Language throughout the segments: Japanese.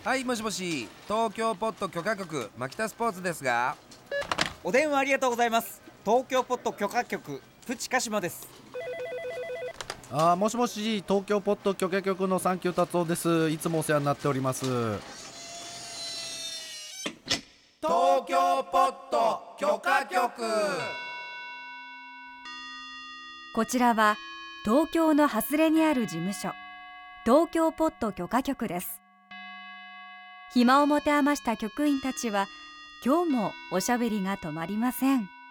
はい、もしもし、東京ポット許可局牧田スポーツですが。 お電話ありがとうございます。東京ポット許可局プチカシマです。 もしもし、東京ポット許可局のサンキュー達夫です。いつもお世話になっております。 東京ポット許可局。 こちらは東京の外れにある事務所、東京ポット許可局です。暇を持て余した局員たちは今日もおしゃべりが止まりません。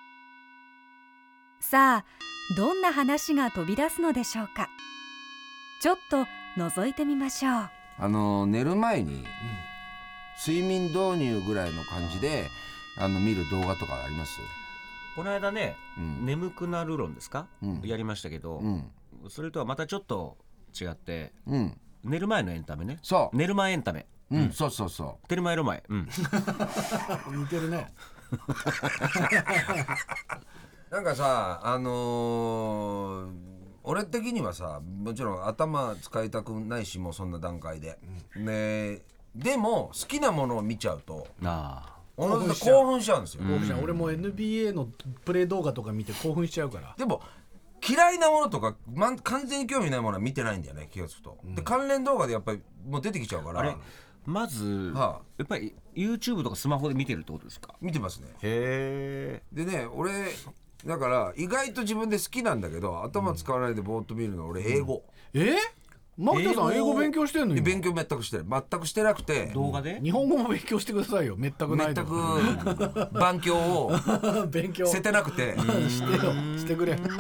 さあ、どんな話が飛び出すのでしょうか。ちょっと覗いてみましょう。 寝る前に、睡眠導入ぐらいの感じで見る動画とかあります？ この間ね、眠くなる論ですか、やりましたけど、それとはまたちょっと違って、寝る前のエンタメね。 そう、 寝る前エンタメ。 そうそうそう。 寝る前の前、 似てるね。 なんかさ、俺的にはさ、もちろん頭使いたくないし、もうそんな段階で、でも好きなものを見ちゃうとおのずと興奮しちゃうんですよ。 俺も NBA のプレー動画とか見て興奮しちゃうから。 でも嫌いなものとか、完全に興味ないものは見てないんだよね、気がつくと。で、関連動画でやっぱりもう出てきちゃうから。 あれまず、やっぱり YouTube とかスマホで見てるってことですか？ 見てますね。 へでね、俺だから意外と自分で好きなんだけど、頭使わないでぼーっと見るのは俺英語。 牧田さん英語勉強してんの？ 勉強全くしてなくて。 動画で日本語も勉強してくださいよ。全くない全く勉強を勉強捨てなくてしてよ、してくれ。 で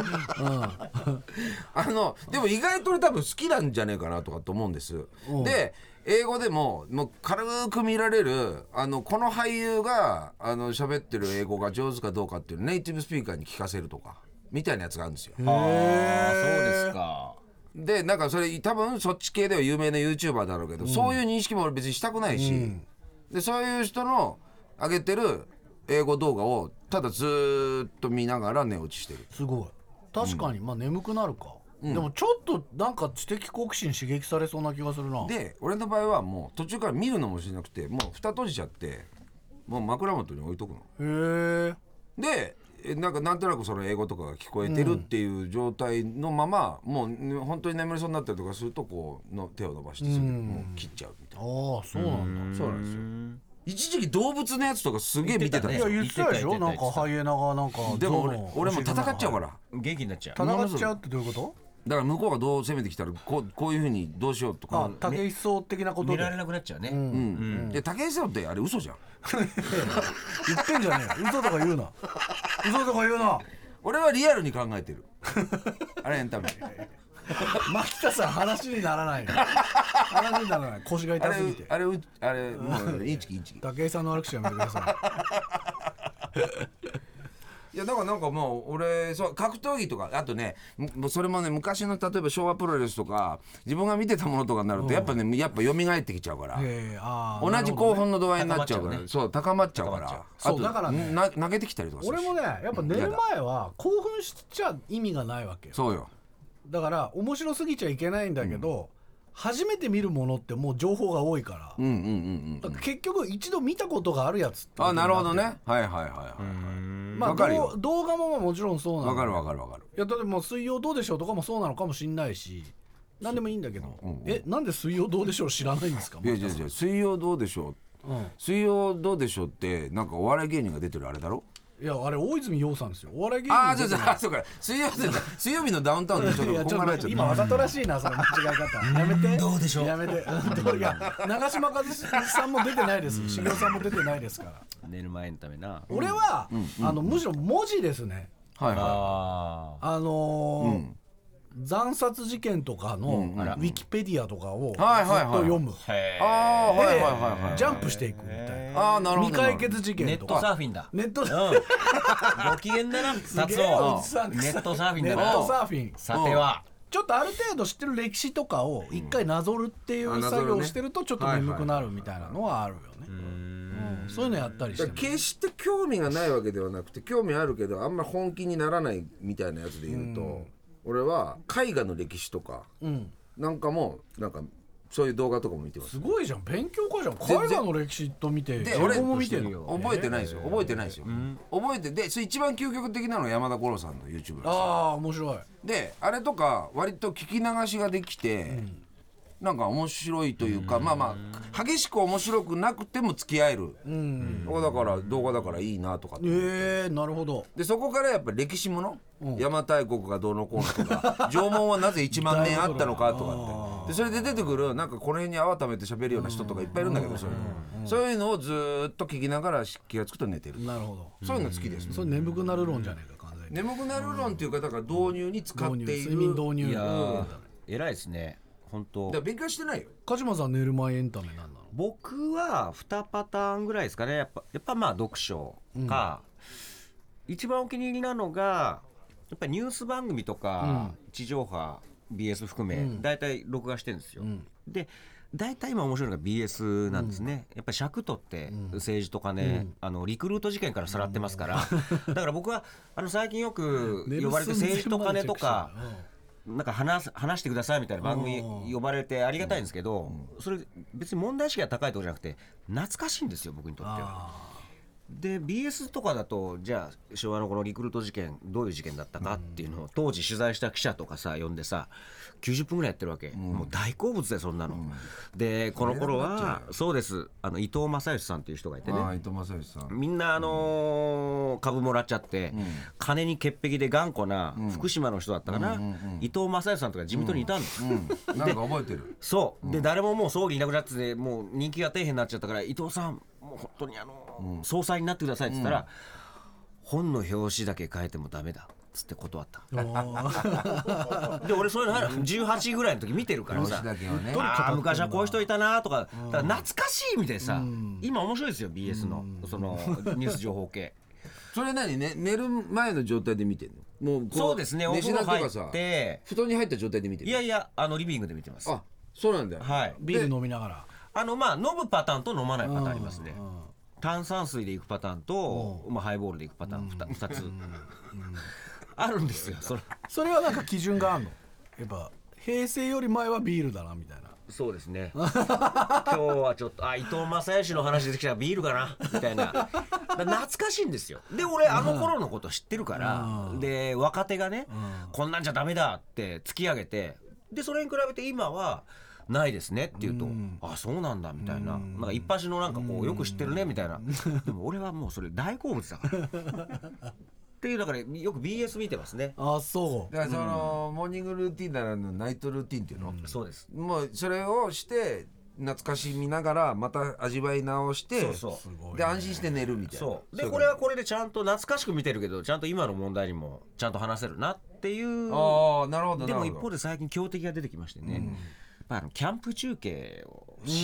も意外と俺多分好きなんじゃねえかなとかと思うんです。で、英語でもう軽く見られるこの俳優が喋ってる英語が上手かどうかっていうネイティブスピーカーに聞かせるとかみたいなやつがあるんですよ。 そうですか。 で、なんかそれ多分そっち系では有名な YouTuber だろうけど、そういう認識も俺別にしたくないし、でそういう人の上げてる英語動画をただずーっと見ながら寝落ちしてる。 すごい。確かに、眠くなるか。でもちょっとなんか知的好奇心刺激されそうな気がするな。 で、俺の場合はもう途中から見るのもしなくて、もう蓋閉じちゃってもう枕元に置いとくの。で、なんとなくその英語とかが聞こえてるっていう状態のまま、もう本当に眠りそうになったりとかするとこうの手を伸ばしてすぐもう切っちゃうみたいな。 そうなんだ。 そうなんですよ。一時期動物のやつとかすげえ見てたんですよ。 言ってたでしょ。なんかハイエナがなんか。 でも俺も戦っちゃうから。 元気になっちゃう。 戦っちゃうってどういうこと？ だから向こうがどう攻めてきたらこういうふうにどうしようとか。 竹井壮的なことで見られなくなっちゃうね。 で、竹井壮ってあれ嘘じゃん。 言ってんじゃねえ。嘘とか言うな。嘘とか言うな。 俺はリアルに考えてる。あれエンタメ。 牧田さん話にならない。話にならない。腰が痛すぎて。 あれもうインチキ。 武井さんの悪口やめてください。 いやだからなんかもう俺そう格闘技とかあとね、それもね昔の例えば昭和プロレスとか自分が見てたものとかになるとやっぱ蘇ってきちゃうから、同じ興奮の度合いになっちゃうから、そう高まっちゃうから、 そうだからね投げてきたりとかするし。 俺もねやっぱ寝る前は興奮しちゃ意味がないわけよ。 そうよ。 だから面白すぎちゃいけないんだけど、初めて見るものってもう情報が多いから、だから結局一度見たことがあるやつって。 なるほどね。はい。 動画ももちろんそうなの。 わかる。 いやだってもう水曜どうでしょうとかもそうなのかもしんないし、何でもいいんだけど、なんで水曜どうでしょう知らないんですか？ いや水曜どうでしょう、水曜どうでしょうってなんかお笑い芸人が出てるあれだろ。 いやあれ大泉洋さんですよ。お笑い芸人そうか。水曜日のダウンタウンでちょっとこんがらっちゃった。 今わざとらしいなその間違い方。やめて。 どうでしょう。 やめて。いや長嶋一茂さんも出てないです。茂雄さんも出てないですから。 寝る前のためな。 俺はむしろ文字ですね。惨殺事件とかのウィキペディアとかをずっと読む。ジャンプしていくみたいな。未解決事件とか。 ネットサーフィンだ。 ネットご機嫌だな。ネットサーフィンだな。 ネットサーフィン。 さてはちょっとある程度知ってる歴史とかを一回なぞるっていう作業をしてるとちょっと眠くなるみたいなのはあるよね。そういうのやったりして。 決して興味がないわけではなくて興味あるけどあんま本気にならないみたいなやつで言うと、俺は絵画の歴史とかなんかもなんかそういう動画とかも見てます。 すごいじゃん、勉強家じゃん。絵画の歴史と見て英語も見てるよ。 覚えてないですよ、覚えてないですよ、覚えてで、それ一番究極的なのは山田五郎さんの YouTube なんですよ。 ああ面白い。 であれとか割と聞き流しができて、なんか面白いというか、まあまあ激しく面白くなくても付き合える、だから動画だからいいなとかって。 なるほど。 でそこからやっぱり歴史もの、邪馬台国がどうのこうのとか縄文はなぜ1万年あったのかとかって、でそれで出てくるなんかこの辺に泡ためて喋るような人とかいっぱいいるんだけど、そういうのをずっと聞きながら気がつくと寝てる。 なるほど。 そういうの好きですね。 それ眠くなる論じゃねえか、完全に。 眠くなる論っていうか、だから導入に使っている。 睡眠導入。 いや偉いですね本当。 だから勉強してないよ。 鹿島さん寝る前エンタメなんなの？ 僕は2パターンぐらいですかね。やっぱまあ読書か、一番お気に入りなのがやっぱりニュース番組とか、地上波 BS 含め大体録画してるんですよ、で大体今面白いのが BS なんですね、やっぱり尺取って政治とかね、リクルート事件からさらってますから、だから僕は最近よく呼ばれて政治と金とかなんか話してくださいみたいな番組呼ばれてありがたいんですけど、それ別に問題意識が高いとかじゃなくて懐かしいんですよ僕にとっては。で BS とかだとじゃあ昭和のこのリクルート事件どういう事件だったかっていうのを当時取材した記者とかさ呼んでさ90分ぐらいやってるわけ、もう大好物でそんなの、でこの頃はそうです、伊藤正義さんっていう人がいてね、 伊藤正義さんみんな株もらっちゃって、金に潔癖で頑固な福島の人だったかな、伊藤正義さんとか自民党にいたんです、 なんか覚えてる。 そうで、誰ももう総理いなくなっててもう人気が底辺になっちゃったから、伊藤さんもう本当に総裁になってくださいって言ったら、本の表紙だけ変えてもダメだっつって断ったで俺そういうの18ぐらいの時見てるからさ、昔はこういう人いたなとか、だから懐かしいみたいなさ、今面白いですよ BS のそのニュース情報系。 それ何ね、寝る前の状態で見てんの？もうそうですね、お風呂入って布団に入った状態で見てる？ いやいやリビングで見てます。 あ、そうなんだよ。 はい、 ビール飲みながらまあ飲むパターンと飲まないパターンありますね。炭酸水でいくパターンと、ハイボールでいくパターン 2つあるんですよ。 それはなんか基準があるの？やっぱ平成より前はビールだなみたいな。 そうですね今日はちょっと伊藤正義の話出てきたらビールかなみたいな懐かしいんですよ。で俺頃のこと知ってるから、で若手がね、こんなんじゃダメだって突き上げて、でそれに比べて今はないですねって言うと、あそうなんだみたいな、なんか一発のなんかこうよく知ってるねみたいなでも俺はもうそれ大好物だからっていう、だからよく BS 見てますね。 あそうだからその、モーニングルーティンならぬナイトルーティンっていうの、 そうです。 もうそれをして懐かしみながらまた味わい直して、そうで安心して寝るみたいな。 そうでこれはこれでちゃんと懐かしく見てるけど、ちゃんと今の問題にもちゃんと話せるなっていう。 ああなるほど。 でも一方で最近強敵が出てきましてね、やっぱキャンプ中継を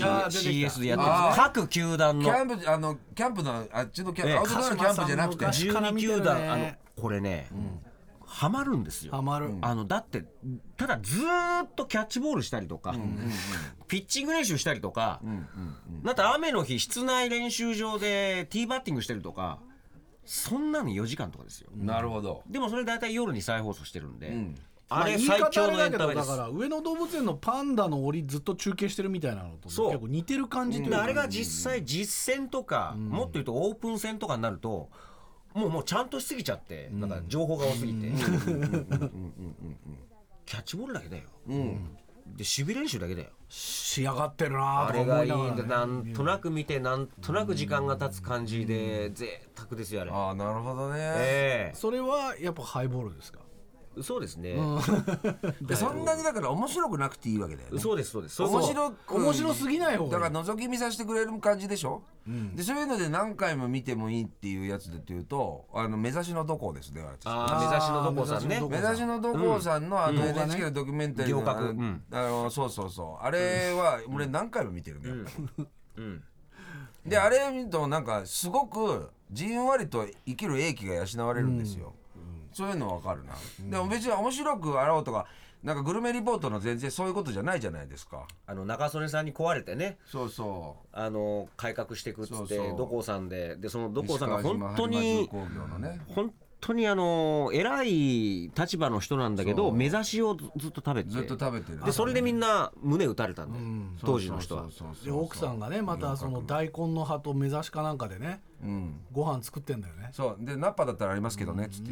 CS でやってるんです。各球団のキャンプのあっちのアウトドアのキャンプじゃなくて 12球団これね、ハマるんですよ。 ハマる。 だってただずーっとキャッチボールしたりとか、ピッチング練習したりとか、だって雨の日室内練習場でティーバッティングしてるとか、そんなの4時間とかですよ。 なるほど。 でもそれ大体夜に再放送してるんで、 あれ最強のエンタメです。だから上野動物園のパンダの檻ずっと中継してるみたいなのと結構似てる感じというか、 あれが実際実戦とか、もっと言うとオープン戦とかになるともうちゃんとしすぎちゃって、なんか情報が多すぎてキャッチボールだけだよ、で守備練習だけだよ。 仕上がってるなあれがいいんで、なんとなく見てなんとなく時間が経つ感じで贅沢ですよあれ。 ああなるほどね、 それはやっぱハイボールですか？ そうですね、 でそんなにだから面白くなくていいわけだよね。 そうですそうです。 面白すぎない方だから覗き見させてくれる感じでしょ、でそういうので何回も見てもいいっていうやつでというと目指しのどこですね。 目指しのどこさんね。 目指しのどこさんのNHK のドキュメンタリーのそうあれは俺何回も見てるんだよ、であれ見るとなんかすごくじんわりと生きる英気が養われるんですよ、そういうの分かるな、でも別に面白くあろうとかなんかグルメリポートの全然そういうことじゃないじゃないですか。 中曽根さんに壊れてね、 そう改革していくっつってそう土光さんでその土光さんが本当に当に偉い立場の人なんだけど目指しをずっと食べてる。 でそれでみんな胸打たれたんだよ、当時の人は。 で奥さんがねまたその大根の葉と目指しかなんかでね、ご飯作ってんだよね。 そうでナッパだったらありますけどねっつって、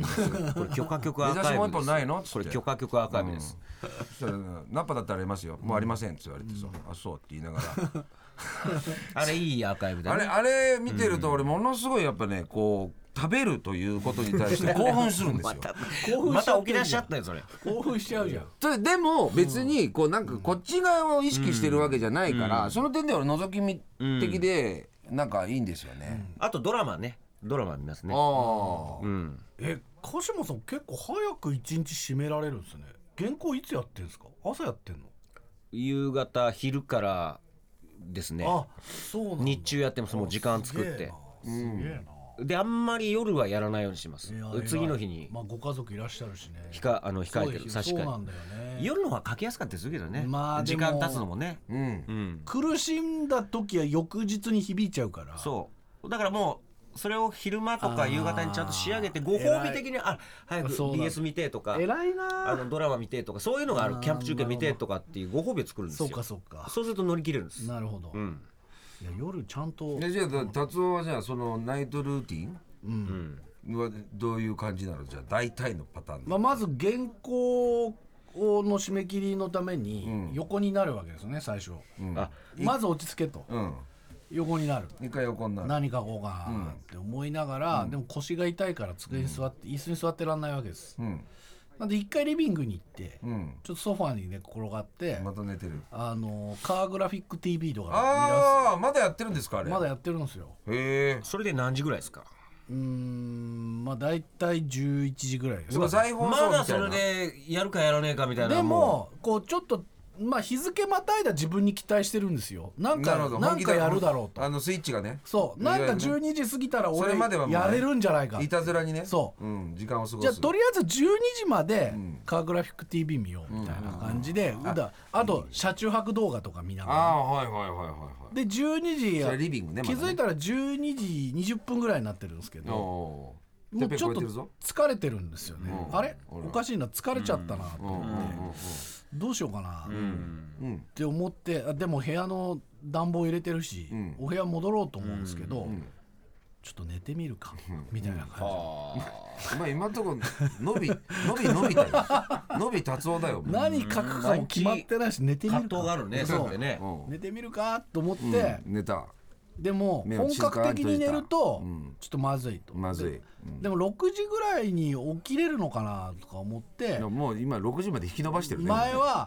これ許可局アーカイブです。 目指しもう一本ないのっつって、 これ許可局アーカイブです。 ナッパだったらありますよ、もうありませんって言われてさ、あそうって言いながらあれいいアーカイブだね。 あれ見てると俺ものすごいやっぱねこう食べるということに対して興奮するんですよ。 また起き出しちゃったよそれ。 興奮しちゃうじゃん。 でも別にこうなんかこっち側を意識してるわけじゃないから、その点では俺覗き見的でなんかいいんですよね。 あとドラマ見ますね。 鹿島さん結構早く一日締められるんですね。原稿いつやってんですか？朝やってんの？ 夕方昼からですね。 あ、そうなんだ。 日中やってもう時間作って。 すげえな。 であんまり夜はやらないようにします。次の日にまあご家族いらっしゃるしね。 控えてる。確かに。 そうなんだよね。 夜の方が書きやすかったりするけどね。 まあ時間経つのもね。 苦しんだ時は翌日に響いちゃうから。 そうだからもうそれを昼間とか夕方にちゃんと仕上げてご褒美的に早く BS 見てとか偉いなドラマ見てとかそういうのがある。キャンプ中継見てとかっていうご褒美を作るんですよ。 そうかそうすると乗り切れるんです。 なるほど。いや夜ちゃんとじゃあ達夫はじゃあそのナイトルーティンはどういう感じなの？じゃあ大体のパターン、 まず原稿の締め切りのために横になるわけですね最初。まず落ち着けと。横になる。 一回横になる。 何書こうかなって思いながら、でも腰が痛いから机に座って、椅子に座ってらんないわけです。なんで一回リビングに行って、ちょっとソファーに寝転がってまた寝てる。 カーグラフィック TV とかまだやってるんですか？あれまだやってるんですよ。 へえ。 それで何時ぐらいですか？ まあだいたい11時ぐらいです。 まだそれでやるかやらねえかみたいな。 でもこうちょっと日付またいだ自分に期待してるんですよ。なんかやるだろうと。 スイッチがね。 そうなんか12時過ぎたら俺やれるんじゃないか。 いたずらにね。 そう。 時間を過ごす。 じゃあとりあえず12時までカーグラフィック TV 見ようみたいな感じで、あと車中泊動画とか見ながら。で12時やリビングね。 気づいたら12時20分ぐらいになってるんですけど、もうちょっと疲れてるんですよね。あれおかしいな、疲れちゃったなと思って。どうしようかなって思って、でも部屋の暖房入れてるし、お部屋戻ろうと思うんですけど、ちょっと寝てみるかみたいな感じ。 まあ今のところ伸びだよ。伸び達夫だよ。 何書くかも決まってないし、寝てみるか。 葛藤があるね。そうね。 寝てみるかと思って寝た。 でも本格的に寝るとちょっとまずいと。 まずい。 でも6時ぐらいに起きれるのかなとか思って、 もう今6時まで引き伸ばしてるね。 前は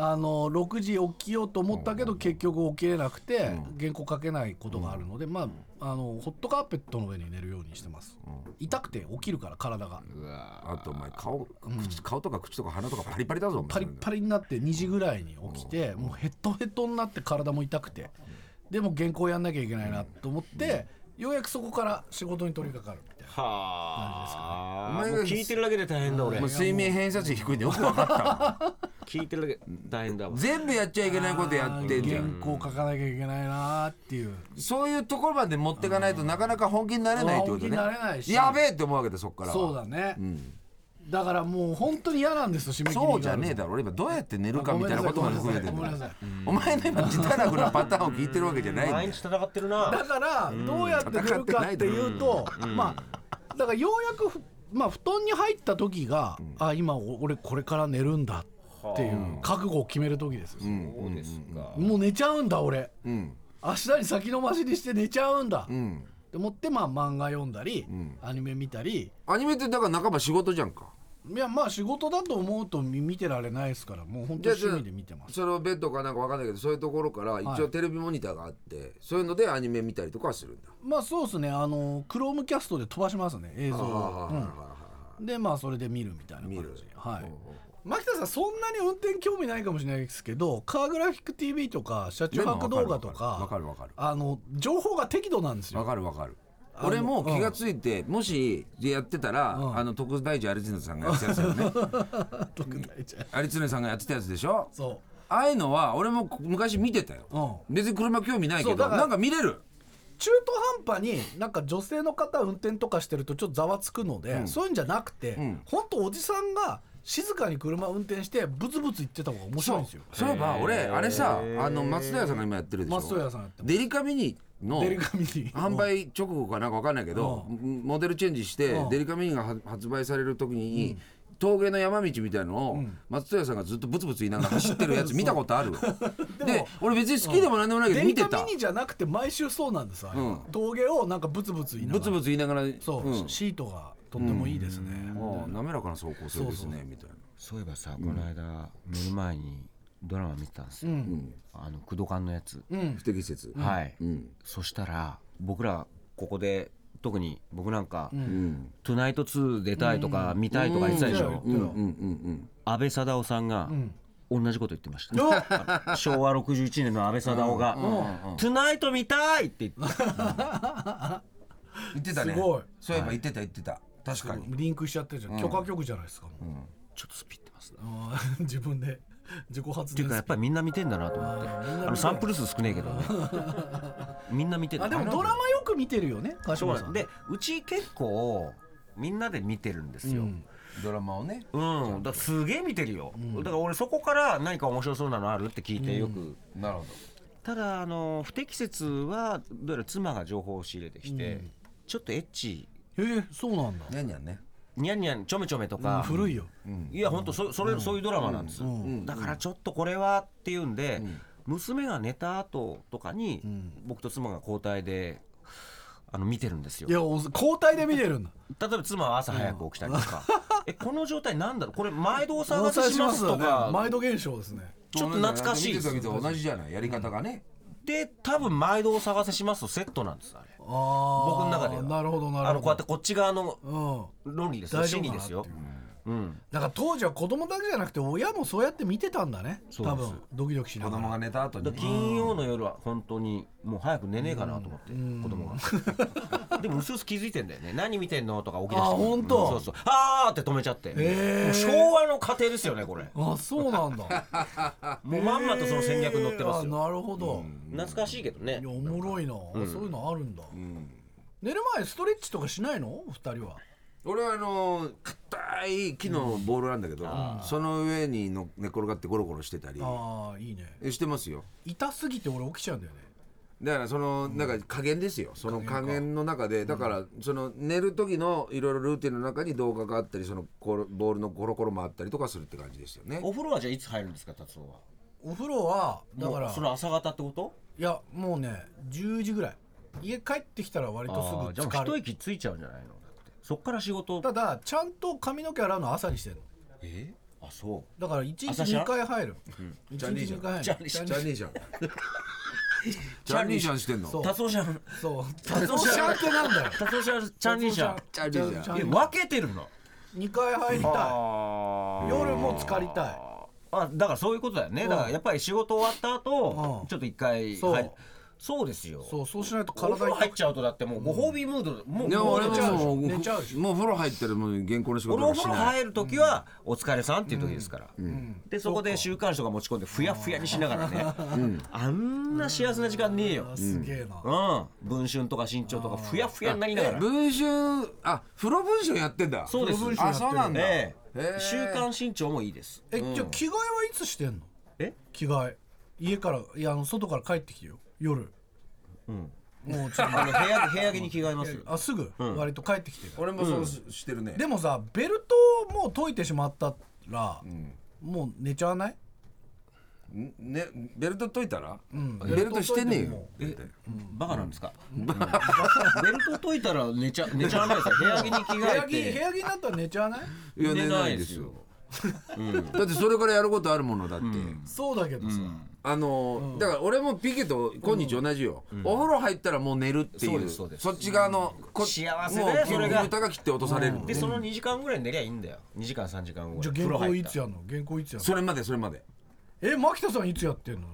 6時起きようと思ったけど結局起きれなくて原稿書けないことがあるので、ホットカーペットの上に寝るようにしてます。痛くて起きるから体が。 あとお前顔とか口とか鼻とかパリパリだぞ。 パリパリになって2時ぐらいに起きて、もうヘトヘトになって体も痛くて、でも原稿やんなきゃいけないなと思って、ようやくそこから仕事に取り掛かるみたいな感じですかね。 お前が聞いてるだけで大変だ俺。 睡眠偏差値低いんでよく分かった聞いてるだけ大変だわ。 全部やっちゃいけないことやってんじゃん。 原稿書かなきゃいけないなっていう、 そういうところまで持ってかないとなかなか本気になれないってことね。 本気になれないし、 やべえって思うわけでそっから。 そうだね。だからもう本当に嫌なんですよ締め切りが。 そうじゃねえだろ。俺今どうやって寝るかみたいなことまで含めてんだ。 ごめんなさい。 お前の今自他ラフなパターンを聞いてるわけじゃないんだよ。 毎日戦ってるな。 だからどうやって寝るかっていうと、だからようやく布団に入った時が、今俺これから寝るんだっていう覚悟を決める時ですよ。 そうですか。 もう寝ちゃうんだ俺。明日に先延ばしにして寝ちゃうんだ。って思って漫画読んだり、アニメ見たり。 アニメってだから半ば仕事じゃんか。 いや仕事だと思うと見てられないですから、もう本当に趣味で見てます。 そのベッドかなんか分かんないけど、そういうところから一応テレビモニターがあって、そういうのでアニメ見たりとかはするんだ。 そうですね。クロームキャストで飛ばしますね、映像を。でそれで見るみたいな感じ。牧田さんそんなに運転興味ないかもしれないですけど、カーグラフィック TV とか車中泊動画とか分かる情報が適度なんですよ。 分かる。俺も気がついて、もしやってたら、徳大地有常さんがやってたやつよね。有常さんがやってたやつでしょ。 そう。 ああいうのは俺も昔見てたよ。別に車興味ないけどなんか見れる。 中途半端になんか女性の方運転とかしてるとちょっとざわつくので、そういうんじゃなくて、本当おじさんが静かに車運転してブツブツ言ってた方が面白いんですよ。 そういえば俺あれさ松田屋さんが今やってるでしょ。 松戸屋さんやってます。 デリカミニの販売直後かなんか分かんないけど、モデルチェンジしてデリカミニが発売される時に峠の山道みたいのを松戸屋さんがずっとブツブツ言いながら走ってるやつ見たことあるで俺別に好きでもなんでもないけど見てた。 デリカミニじゃなくて毎週そうなんですよ、峠をなんかブツブツ言いながらブツブツ言いながらそう、シートがとってもいいですね、 滑らかな走行性ですねみたいな。 そういえばさ、この間寝る前にドラマ見てたんですよ、工藤館のやつ、 不適切、 はい、そしたら僕らここで特に僕なんか、トゥナイト2出たいとか見たいとか言ってたでしょ。安倍貞夫さんが同じこと言ってました、昭和61年の安倍貞夫がトゥナイト見たいって言ってたね。 すごい。 そういえば言ってた確かにリンクしちゃってるじゃん、許可局じゃないですか、 ちょっとスピってますね。 自分で自己発電っていうかやっぱりみんな見てんだなと思って、サンプル数少ねえけどねみんな見てる。 でもドラマよく見てるよね川島さん。 でうち結構みんなで見てるんですよ、 ドラマをね。 だからすげえ見てるよ、だから俺そこから何か面白そうなのあるって聞いてよく、 なるほど。 ただ不適切はどうやら妻が情報を仕入れてきて、ちょっとエッチ、 そうなんだ。 にゃんにゃんね、 にゃんにゃんちょめちょめとか、 古いよ、 いや本当そういうドラマなんです、だからちょっとこれはっていうんで、娘が寝た後とかに、僕と妻が交代で見てるんですよ。 いや交代で見てるんだ。 例えば妻は朝早く起きたりとか、この状態なんだろう、これ毎度お探せしますとか、 毎度現象ですね。 ちょっと懐かしいです。 見てた時と同じじゃない、やり方がね。 で多分毎度お探せしますとセットなんですあれ。僕の中では。 なるほどなるほど。 こうやってこっち側の論理ですよ、真理ですよ。 だから当時は子供だけじゃなくて親もそうやって見てたんだね。多分ドキドキしながら。 子供が寝た後に金曜の夜は本当にもう早く寝ねえかなと思って、子供がでもうすうす気づいてんだよね。何見てんのとか起き出して、 本当。 そうそうあーって止めちゃって、もう昭和の家庭ですよねこれ。 そうなんだもうまんまとその戦略乗ってますよ。 なるほど、 懐かしいけどね。 いやおもろいな、そういうのあるんだ、寝る前ストレッチとかしないの2人は。 俺は硬い木のボールなんだけど、その上に寝転がってゴロゴロしてたりいいね。 してますよ。 痛すぎて俺起きちゃうんだよね。 だからなんか加減ですよ。その加減の中でだから寝る時のいろいろルーティンの中に動画があったり、そのボールのコロコロもあったりとかするって感じですよね。 お風呂はじゃあいつ入るんですか達夫は。 お風呂はだからそれ朝方ってこと？ いやもうね10時ぐらい、家帰ってきたら割とすぐじゃあ一息ついちゃうんじゃないの。そっから仕事。 ただちゃんと髪の毛洗うの朝にしてるの。 そうだから1日2回入る。1日2回入る。 チャンニーちゃんチャンニーちゃんしてんの。 達夫ちゃん。 そう達夫ちゃんってなんだよ。 達夫ちゃんチャンニーちゃん。 チャンニーちゃん分けてるの。 2回入りたい。夜も浸かりたい。 だからそういうことだよね。だからやっぱり仕事終わった後ちょっと1回そうですよ。 そうしないと体に入っちゃうとだってもうご褒美ムードもう寝ちゃうし。 もう風呂入ったらもう原稿の仕事俺お風呂入る時はお疲れさんっていう時ですから、でそこで週刊誌とか持ち込んでふやふやにしながらね、あんな幸せな時間ねえよ。 すげえな。 文春とか新潮とかふやふやになりながら。 文春風呂文春やってんだ。 そうです。 そうなんだ。 週刊新潮もいいです。 じゃあ着替えはいつしてんの？着替え家から外から帰ってきてよ夜。もうちょっと部屋着に着替えます。 すぐ割と帰ってきてる。 俺もそうしてるね。 でもさベルトもう解いてしまったらもう寝ちゃわない？ ね、ベルト解いたら、ベルトしてねえよ。 バカなんですか？ベルト解いたら寝ちゃわないですよ。部屋着に着替えて。 部屋着になったら寝ちゃわない？ いや寝ないですよ。だってそれからやることあるものだって。 そうだけどさ。 だから俺もピケと今日同じよ。お風呂入ったらもう寝るっていう。そっち側の幸せでそれが歌が切って落とされる。 でその2時間ぐらい寝りゃいいんだよ。2時間3時間ぐらい。 じゃあ原稿いつやんの？原稿いつやんの？ それまで。 牧田さんいつやってんの？あれ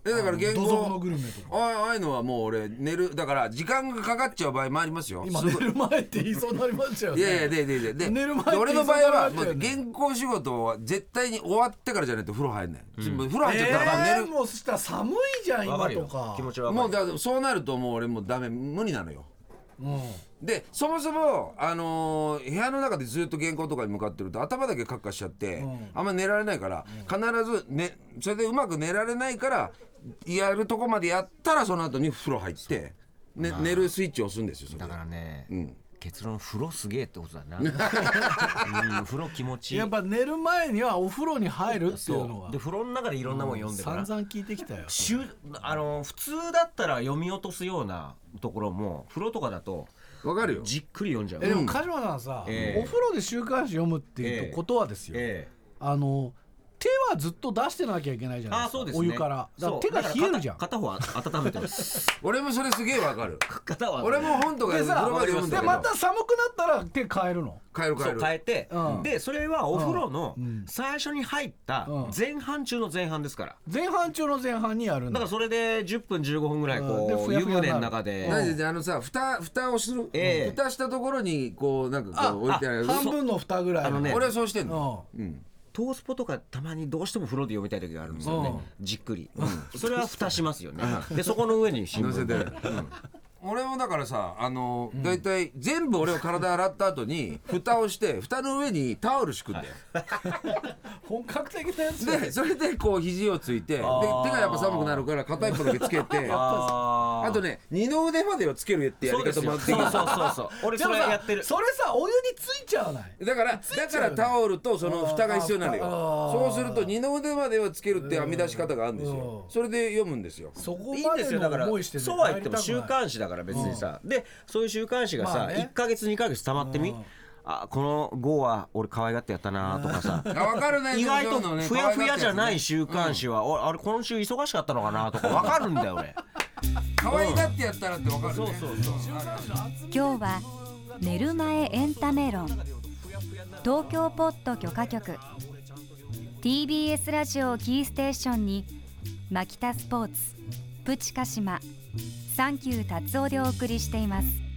だから原稿土足のグルメとかああいうのはもう俺寝るだから時間がかかっちゃう場合もありますよ。 今寝る前って言いそうになりましたよね。 いやいやで寝る前って俺の場合はもう言いそうになりましたよね原稿仕事は絶対に終わってからじゃないと風呂入んない、風呂入っちゃったら寝る、 もうそしたら寒いじゃん今とか。 気持ちはもうだからそうなるともう俺もうダメ無理なのよ。でそもそも、部屋の中でずっと原稿とかに向かってると頭だけカッカしちゃって、あんま寝られないから、必ず、ね、それでうまく寝られないからやるとこまでやったらその後に風呂入って、ね、寝るスイッチを押すんですよ。それだからね、 うん結論風呂すげえってことだな、風呂気持ちいい。 やっぱ寝る前にはお風呂に入るっていうのはで風呂の中でいろんなもん読んでから、 散々聞いてきたよ。 普通だったら読み落とすようなところも風呂とかだとわかるよ。 じっくり読んじゃう。 でも鹿島さんさ、お風呂で週刊誌読むっていうことはですよ、手はずっと出してなきゃいけないじゃないですか。 そうですね、 お湯からだから手が冷えるじゃん。 片方は温めてます俺もそれすげえわかる。 片は俺も本とか風呂まで読むんだけどでまた寒くなったら手変えるの。 変えるそう変えて、でそれはお風呂の最初に入った前半中の前半ですから、 前半中の前半にやるんだ。 だからそれで10分15分ぐらいこう湯でふやふやになる船の中で何でさ蓋をする、蓋したところにこうなんかこう置いてある。 半分の蓋ぐらいの俺はそうしてんの。 トースポとかたまにどうしても風呂で読みたい時があるんですよね、じっくり、それは蓋しますよね。でそこの上に新聞乗せて、俺もだからさだいたい全部俺は体洗った後に蓋をして蓋の上にタオル敷くんだよ。 本格的なやつでそれでこう肘をついて、で手がやっぱ寒くなるから片一方だけつけてあとね二の腕までをつけるってやり方もあって、 そう俺それやってる。 それさお湯についちゃわない。 だからタオルとその蓋が必要なのよ。そうすると二の腕まではつけるって編み出し方があるんですよ。それで読むんですよ。 そこいいんまでですよ。だからの思いしてそうは言っても週刊誌だから別にさ、でそういう週刊誌がさ、1ヶ月2ヶ月溜まってみ、この号は俺可愛がってやったなとかさ、 分かるね。 意外とふやふやじゃない週刊誌は、あれ今週忙しかったのかなとか分かるんだよ俺。 可愛がってやったらって分かるね。そう今日は寝る前エンタメ論、東京ポッド許可局 TBS ラジオをキーステーションにマキタスポーツ、プチカシマ、サンキュー達夫でお送りしています。